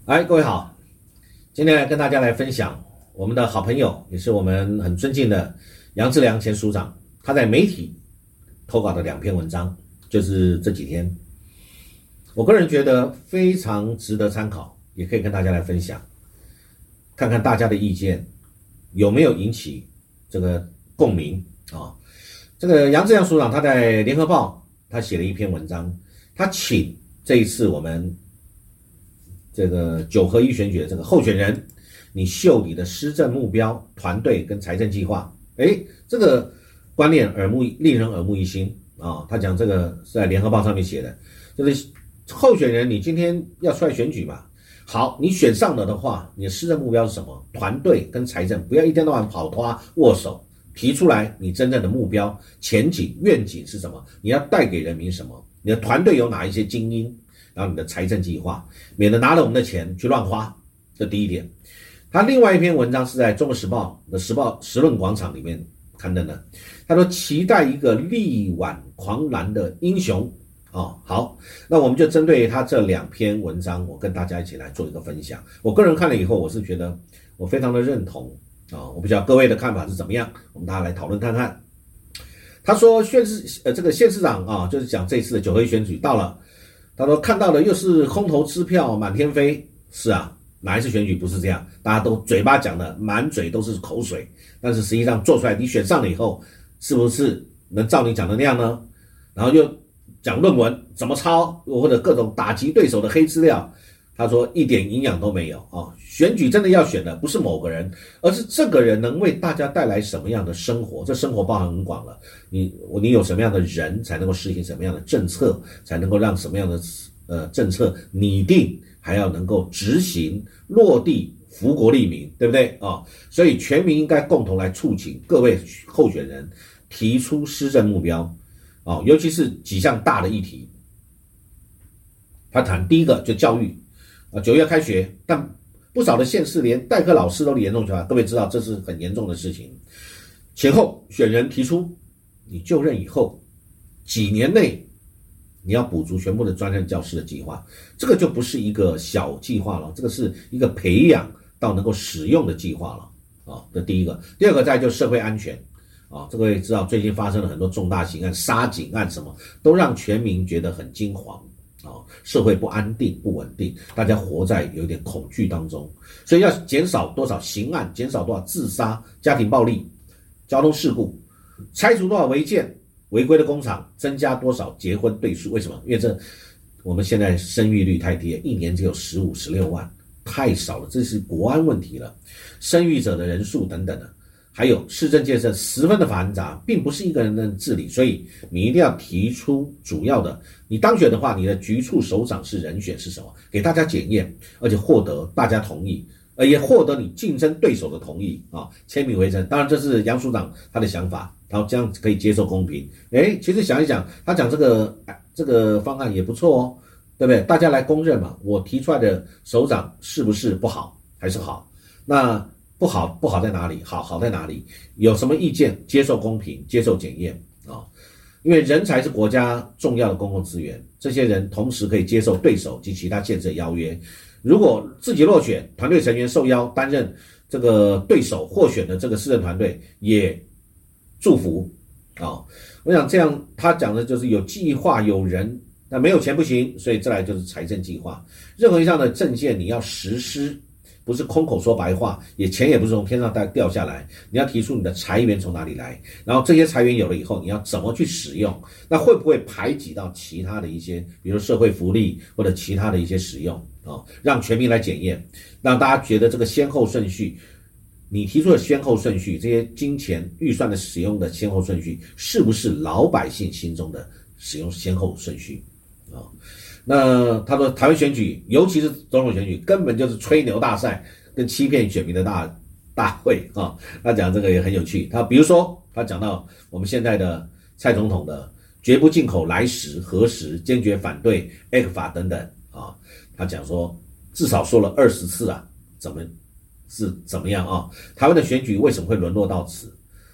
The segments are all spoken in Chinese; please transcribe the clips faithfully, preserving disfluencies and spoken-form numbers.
嗨，各位好，今天来跟大家来分享我们的好朋友，也是我们很尊敬的杨志良前署长，他在媒体投稿的两篇文章，就是这几天，我个人觉得非常值得参考，也可以跟大家来分享，看看大家的意见有没有引起这个共鸣啊、哦？这个杨志良署长他在联合报他写了一篇文章，他请这一次我们这个九合一选举的这个候选人，你秀你的施政目标、团队跟财政计划。诶，这个观念耳目令人耳目一新啊、哦！他讲这个是在联合报上面写的，就是候选人你今天要出来选举嘛，好，你选上了的话，你的施政目标是什么？团队跟财政，不要一天到晚跑拖握手，提出来你真正的目标、前景、愿景是什么？你要带给人民什么？你的团队有哪一些精英？然后你的财政计划，免得拿了我们的钱去乱花，这第一点。他另外一篇文章是在《中国时报》的时报时论广场里面刊登的，他说期待一个力挽狂澜的英雄。哦，好，那我们就针对他这两篇文章，我跟大家一起来做一个分享。我个人看了以后，我是觉得我非常的认同啊、哦，我不知道各位的看法是怎么样，我们大家来讨论看看。他说县市呃这个县市长啊，就是讲这次的九合一选举到了。他说看到的又是空头支票满天飞，是啊，哪一次选举不是这样？大家都嘴巴讲的满嘴都是口水，但是实际上做出来，你选上了以后，是不是能照你讲的那样呢？然后又讲论文怎么抄，或者各种打击对手的黑资料，他说一点营养都没有啊、哦！选举真的要选的不是某个人，而是这个人能为大家带来什么样的生活？这生活包含很广了，你你有什么样的人才能够实行什么样的政策，才能够让什么样的呃政策拟定，还要能够执行落地，福国利民，对不对啊、哦？所以全民应该共同来促请各位候选人提出施政目标啊、哦，尤其是几项大的议题。他谈第一个就教育。啊，九月开学，但不少的县市连代课老师都严重缺乏，各位知道这是很严重的事情。前后选人提出，你就任以后几年内你要补足全部的专任教师的计划，这个就不是一个小计划了，这个是一个培养到能够使用的计划了啊。这第一个，第二个再就是社会安全啊，这个也知道最近发生了很多重大刑案、杀警案，什么都让全民觉得很惊惶。哦，社会不安定、不稳定，大家活在有点恐惧当中，所以要减少多少刑案，减少多少自杀、家庭暴力、交通事故，拆除多少违建、违规的工厂，增加多少结婚对数？为什么？因为这我们现在生育率太低，一年只有十五、十六万，太少了，这是国安问题了，生育者的人数等等的。还有市政建设十分的繁杂，并不是一个人能治理，所以你一定要提出主要的。你当选的话，你的局处首长是人选是什么？给大家检验，而且获得大家同意，呃，也获得你竞争对手的同意啊，签名为证。当然，这是杨署长他的想法，他这样可以接受公平。诶，其实想一想，他讲这个这个方案也不错哦，对不对？大家来公认嘛，我提出来的首长是不是不好还是好？那不好不好在哪里？好好在哪里？有什么意见？接受公平，接受检验啊、哦！因为人才是国家重要的公共资源，这些人同时可以接受对手及其他建设邀约。如果自己落选，团队成员受邀担任这个对手获选的这个市政团队，也祝福啊、哦！我想这样，他讲的就是有计划有人，那没有钱不行，所以再来就是财政计划。任何一项的政见你要实施。不是空口说白话，也钱也不是从天上掉下来，你要提出你的财源从哪里来，然后这些财源有了以后，你要怎么去使用？那会不会排挤到其他的一些，比如社会福利或者其他的一些使用啊、哦？让全民来检验，让大家觉得这个先后顺序，你提出的先后顺序，这些金钱预算的使用的先后顺序，是不是老百姓心中的使用先后顺序啊？哦那他说台湾选举，尤其是总统选举，根本就是吹牛大赛跟欺骗选民的大大会啊、哦！他讲这个也很有趣。他比如说，他讲到我们现在的蔡总统的绝不进口来时、核食，坚决反对 A 克法等等啊、哦。他讲说，至少说了二十次啊，怎么是怎么样啊？台湾的选举为什么会沦落到此？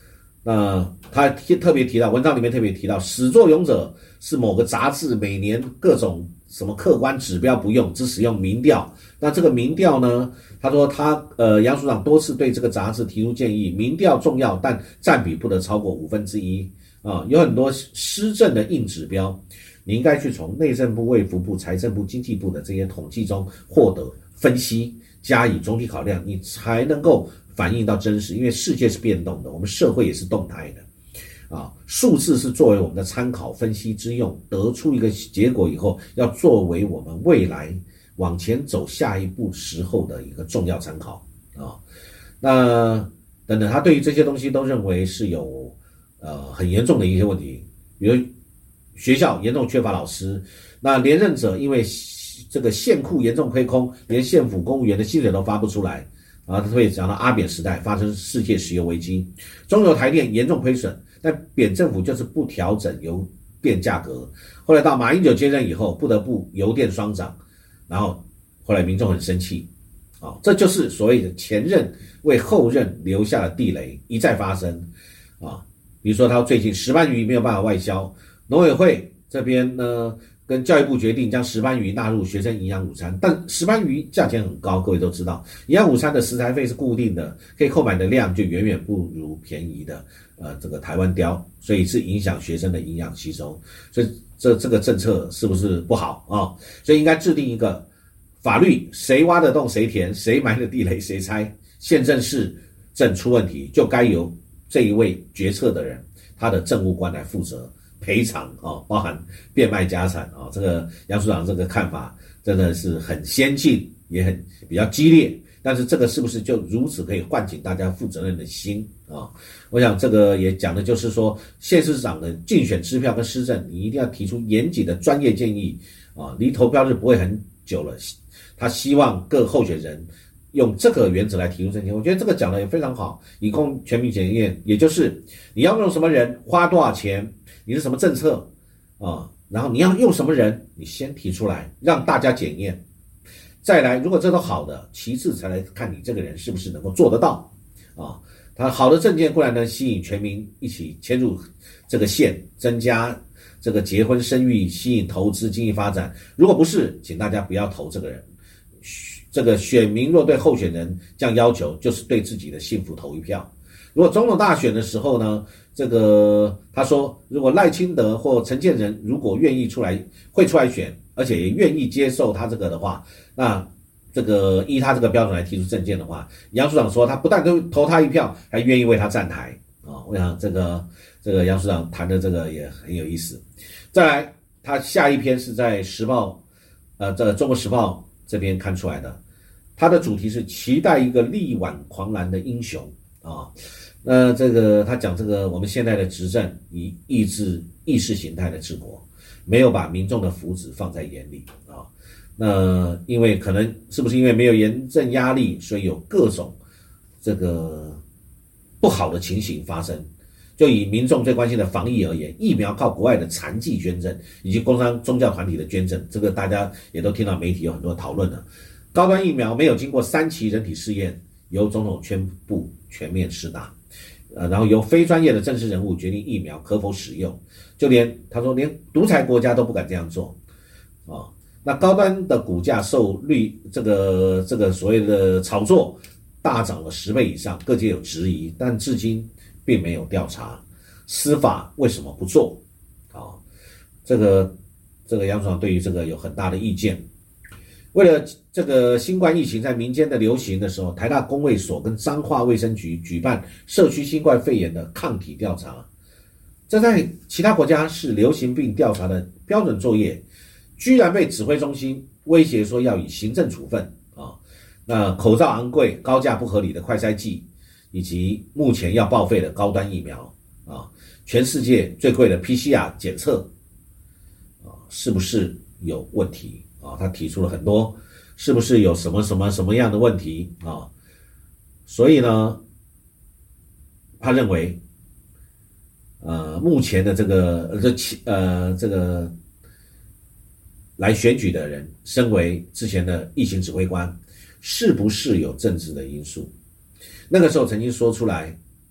那他特别提到，文章里面特别提到，始作俑者是某个杂志每年各种什么客观指标不用，只使用民调。那这个民调呢，他说他呃杨署长多次对这个杂志提出建议，民调重要，但占比不得超过五分之一啊。有很多施政的硬指标，你应该去从内政部、卫福部、财政部、经济部的这些统计中获得分析，加以总体考量，你才能够反映到真实。因为世界是变动的，我们社会也是动态的。啊，数字是作为我们的参考分析之用，得出一个结果以后，要作为我们未来往前走下一步时候的一个重要参考啊。那等等，他对于这些东西都认为是有呃很严重的一些问题，比如学校严重缺乏老师，那连任者因为这个县库严重亏空，连县府公务员的薪水都发不出来啊。特别讲到阿扁时代发生世界石油危机，中油台电严重亏损。但扁政府就是不调整油电价格，后来到马英九接任以后，不得不油电双涨，然后后来民众很生气，啊，这就是所谓的前任为后任留下了地雷，一再发生，啊，比如说他最近石斑鱼没有办法外销，农委会这边呢跟教育部决定将石斑鱼纳入学生营养午餐，但石斑鱼价钱很高，各位都知道，营养午餐的食材费是固定的，可以购买的量就远远不如便宜的呃这个台湾鲷，所以是影响学生的营养吸收，所以这这个政策是不是不好啊？所以应该制定一个法律，谁挖得动谁填，谁埋的地雷谁拆，县政市政出问题就该由这一位决策的人他的政务官来负责赔偿啊，包含变卖家产啊，这个杨署长这个看法真的是很先进，也很比较激烈。但是这个是不是就如此可以唤醒大家负责任的心啊？我想这个也讲的就是说，县市长的竞选支票跟施政，你一定要提出严谨的专业建议啊。离投票日不会很久了，他希望各候选人用这个原则来提出政见，我觉得这个讲的也非常好，以供全民检验。也就是你要用什么人，花多少钱，你是什么政策啊？然后你要用什么人，你先提出来让大家检验。再来，如果这都好的，其次才来看你这个人是不是能够做得到啊。他好的政见固然能吸引全民一起迁入这个县，增加这个结婚生育，吸引投资经济发展。如果不是，请大家不要投这个人。这个选民若对候选人这样要求，就是对自己的幸福投一票。如果总统大选的时候呢，这个他说，如果赖清德或陈建仁如果愿意出来，会出来选，而且也愿意接受他这个的话，那这个依他这个标准来提出政见的话，杨署长说他不但都投他一票，还愿意为他站台啊。我想这个这个杨署长谈的这个也很有意思。再来，他下一篇是在时报，呃，这中国时报这边看出来的，他的主题是期待一个力挽狂澜的英雄啊。那这个他讲这个我们现在的执政以抑制意识形态的治国，没有把民众的福祉放在眼里啊。那因为可能是不是因为没有严正压力，所以有各种这个不好的情形发生。就以民众最关心的防疫而言，疫苗靠国外的残剂捐赠以及工商宗教团体的捐赠，这个大家也都听到媒体有很多讨论了。高端疫苗没有经过三期人体试验，由总统宣布全面施打，呃，然后由非专业的政治人物决定疫苗可否使用，就连他说连独裁国家都不敢这样做啊。那高端的股价受绿这个这个所谓的炒作大涨了十倍以上，各界有质疑，但至今并没有调查，司法为什么不做啊？这个这个杨署长对于这个有很大的意见。为了这个新冠疫情在民间的流行的时候，台大公卫所跟彰化卫生局举办社区新冠肺炎的抗体调查，这在其他国家是流行病调查的标准作业，居然被指挥中心威胁说要以行政处分啊！那口罩昂贵、高价不合理的快筛剂，以及目前要报废的高端疫苗啊，全世界最贵的 P C R 检测啊，是不是有问题啊？他提出了很多，是不是有什么什么什么样的问题啊？所以呢，他认为，呃，目前的这个这呃这个来选举的人，身为之前的疫情指挥官，是不是有政治的因素？那个时候曾经说出来，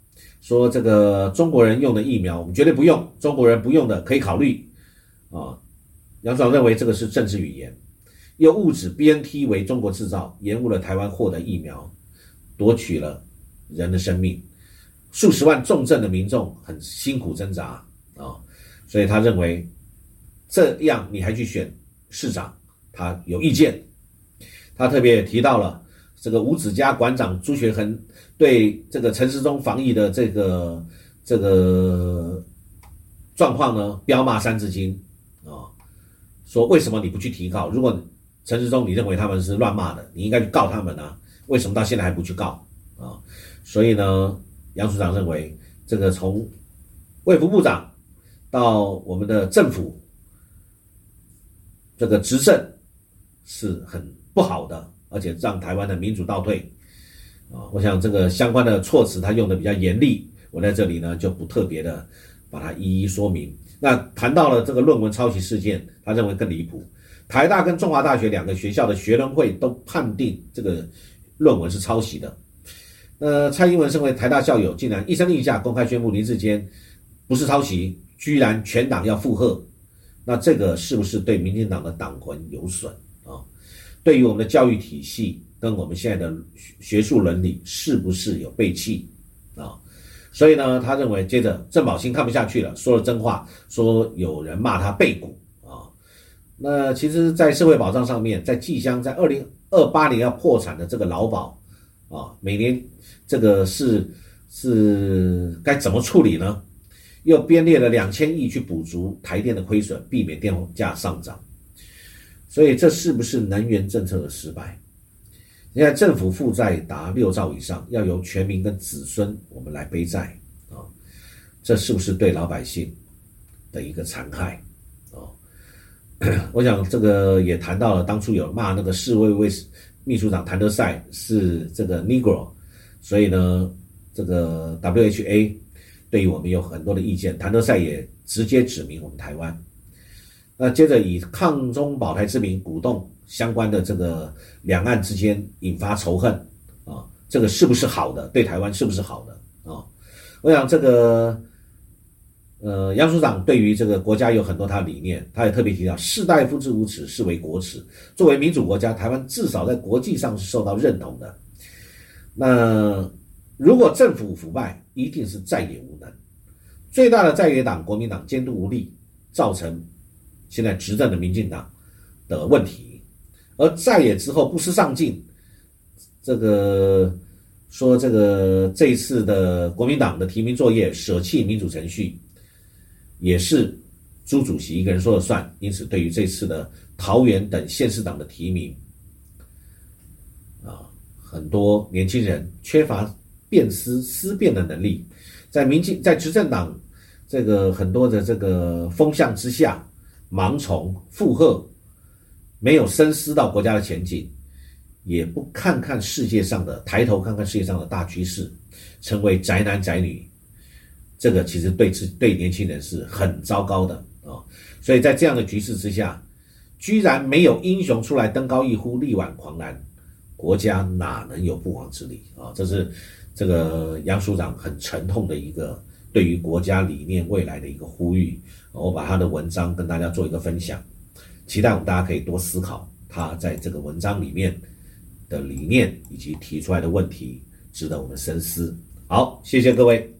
说这个中国人用的疫苗我们绝对不用，中国人不用的可以考虑啊。杨署长认为这个是政治语言，又误指 B N T 为中国制造，延误了台湾获得疫苗，夺取了人的生命，数十万重症的民众很辛苦挣扎啊，所以他认为这样你还去选市长，他有意见。他特别提到了这个五指家馆长朱学恒对这个陈时中防疫的这个这个状况呢，彪骂三字经啊，说为什么你不去提告？如果陈时中你认为他们是乱骂的，你应该去告他们啊，为什么到现在还不去告啊？所以呢，杨署长认为这个从卫福部长到我们的政府这个执政是很不好的，而且让台湾的民主倒退啊。我想这个相关的措辞他用的比较严厉，我在这里呢就不特别的把它一一说明。那谈到了这个论文抄袭事件，他认为更离谱。台大跟中华大学两个学校的学伦会都判定这个论文是抄袭的。呃，蔡英文身为台大校友，竟然一声令下公开宣布林智坚不是抄袭，居然全党要附和，那这个是不是对民进党的党魂有损啊？对于我们的教育体系跟我们现在的学术伦理是不是有背弃啊？所以呢，他认为接着郑宝清看不下去了，说了真话，说有人骂他背骨啊。那其实在社会保障上面，在季乡在二零二八年要破产的这个劳保啊，每年这个是是该怎么处理呢？又编列了两千亿去补足台电的亏损，避免电价上涨。所以这是不是能源政策的失败？现在政府负债达六兆以上，要由全民跟子孙我们来背债啊，这是不是对老百姓的一个残害啊？我想这个也谈到了，当初有骂那个世卫卫秘书长谭德赛是这个 Negro， 所以呢，这个 W H A 对于我们有很多的意见，谭德赛也直接指明我们台湾。那接着以抗中保台之名鼓动相关的这个两岸之间引发仇恨啊，这个是不是好的？对台湾是不是好的啊？我想这个呃杨署长对于这个国家有很多他的理念，他也特别提到士大夫之无耻，是为国耻。作为民主国家，台湾至少在国际上是受到认同的。那如果政府腐败，一定是在野无能，最大的在野党国民党监督无力，造成现在执政的民进党的问题。而在野之后不思上进，这个说这个这一次的国民党的提名作业舍弃民主程序，也是朱主席一个人说了算。因此对于这次的桃园等县市长的提名啊，很多年轻人缺乏辨思思辨的能力，在民进在执政党这个很多的这个风向之下，盲从附和，没有深思到国家的前景，也不看看世界上的抬头看看世界上的大趋势，成为宅男宅女，这个其实对对年轻人是很糟糕的啊。所以在这样的局势之下，居然没有英雄出来登高一呼，力挽狂澜，国家哪能有不亡之理啊？这是这个杨署长很沉痛的一个对于国家理念未来的一个呼吁。我把他的文章跟大家做一个分享，期待我们大家可以多思考他在这个文章里面的理念以及提出来的问题，值得我们深思。好，谢谢各位。